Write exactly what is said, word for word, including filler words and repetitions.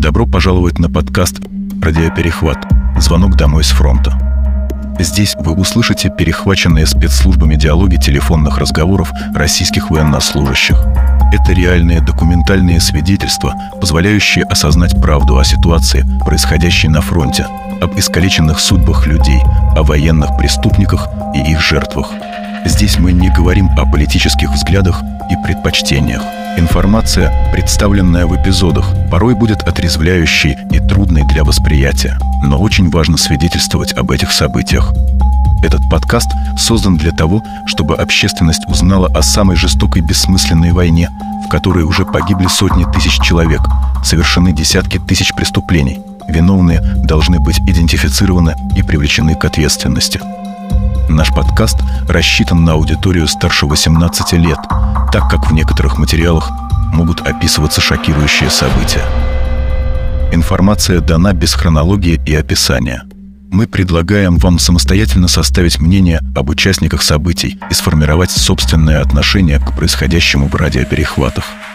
Добро пожаловать на подкаст «Радиоперехват. Звонок домой с фронта». Здесь вы услышите перехваченные спецслужбами диалоги телефонных разговоров российских военнослужащих. Это реальные документальные свидетельства, позволяющие осознать правду о ситуации, происходящей на фронте, об искалеченных судьбах людей, о военных преступниках и их жертвах. Здесь мы не говорим о политических взглядах и предпочтениях. Информация, представленная в эпизодах, порой будет отрезвляющей и трудной для восприятия, но очень важно свидетельствовать об этих событиях. Этот подкаст создан для того, чтобы общественность узнала о самой жестокой бессмысленной войне, в которой уже погибли сотни тысяч человек, совершены десятки тысяч преступлений. Виновные должны быть идентифицированы и привлечены к ответственности. Наш подкаст рассчитан на аудиторию старше восемнадцати лет, так как в некоторых материалах могут описываться шокирующие события. Информация дана без хронологии и описания. Мы предлагаем вам самостоятельно составить мнение об участниках событий и сформировать собственное отношение к происходящему в радиоперехватах.